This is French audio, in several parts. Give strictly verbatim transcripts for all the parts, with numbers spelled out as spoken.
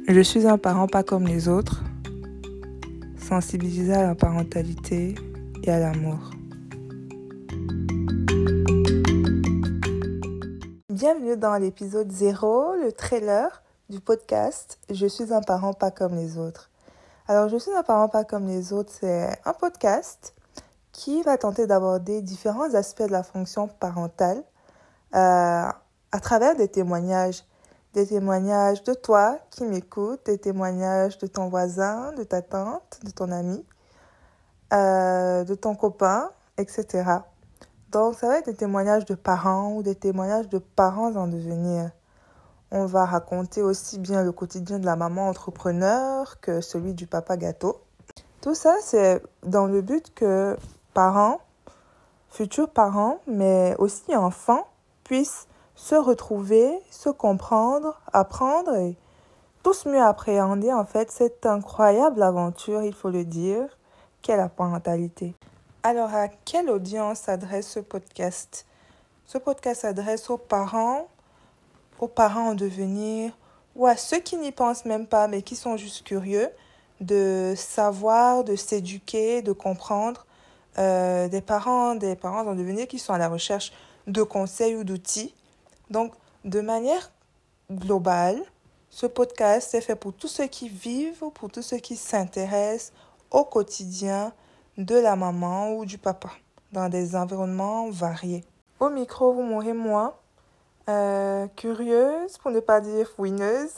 Je suis un parent pas comme les autres, sensibilisé à la parentalité et à l'amour. Bienvenue dans l'épisode zéro, le trailer du podcast « Je suis un parent pas comme les autres ». Alors, « Je suis un parent pas comme les autres », c'est un podcast qui va tenter d'aborder différents aspects de la fonction parentale euh, à travers des témoignages. Des témoignages de toi qui m'écoutes, des témoignages de ton voisin, de ta tante, de ton ami, euh, de ton copain, et cetera. Donc, ça va être des témoignages de parents ou des témoignages de parents en devenir. On va raconter aussi bien le quotidien de la maman entrepreneur que celui du papa gâteau. Tout ça, c'est dans le but que parents, futurs parents, mais aussi enfants, puissent se retrouver, se comprendre, apprendre et tous mieux appréhender en fait cette incroyable aventure, il faut le dire, qu'est la parentalité. Alors, à quelle audience s'adresse ce podcast? Ce podcast s'adresse aux parents, aux parents en devenir, ou à ceux qui n'y pensent même pas, mais qui sont juste curieux de savoir, de s'éduquer, de comprendre. Euh, des parents, des parents en devenir qui sont à la recherche de conseils ou d'outils. Donc, de manière globale, ce podcast est fait pour tous ceux qui vivent, pour tous ceux qui s'intéressent au quotidien de la maman ou du papa, dans des environnements variés. Au micro, vous m'aurez moi, euh, curieuse, pour ne pas dire fouineuse,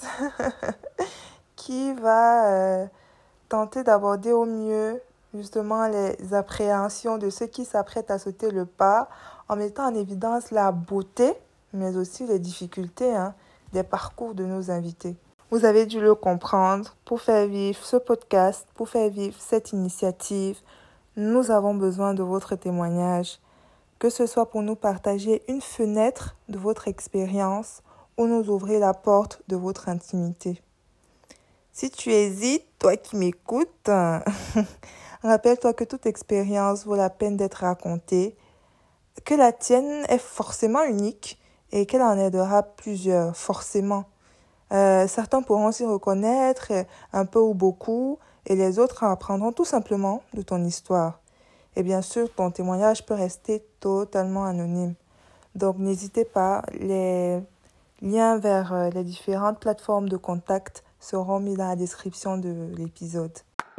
qui va euh, tenter d'aborder au mieux justement les appréhensions de ceux qui s'apprêtent à sauter le pas, en mettant en évidence la beauté, mais aussi les difficultés hein, des parcours de nos invités. Vous avez dû le comprendre, pour faire vivre ce podcast, pour faire vivre cette initiative, nous avons besoin de votre témoignage, que ce soit pour nous partager une fenêtre de votre expérience ou nous ouvrir la porte de votre intimité. Si tu hésites, toi qui m'écoutes, rappelle-toi que toute expérience vaut la peine d'être racontée, que la tienne est forcément unique et qu'elle en aidera plusieurs, forcément. Euh, certains pourront s'y reconnaître un peu ou beaucoup et les autres apprendront tout simplement de ton histoire. Et bien sûr, ton témoignage peut rester totalement anonyme. Donc n'hésitez pas, les liens vers les différentes plateformes de contact seront mis dans la description de l'épisode.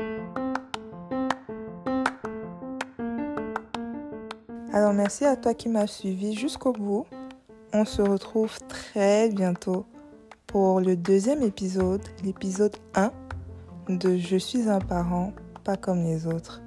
Alors merci à toi qui m'as suivi jusqu'au bout. On se retrouve très bientôt pour le deuxième épisode, l'épisode un de Je suis un parent, pas comme les autres.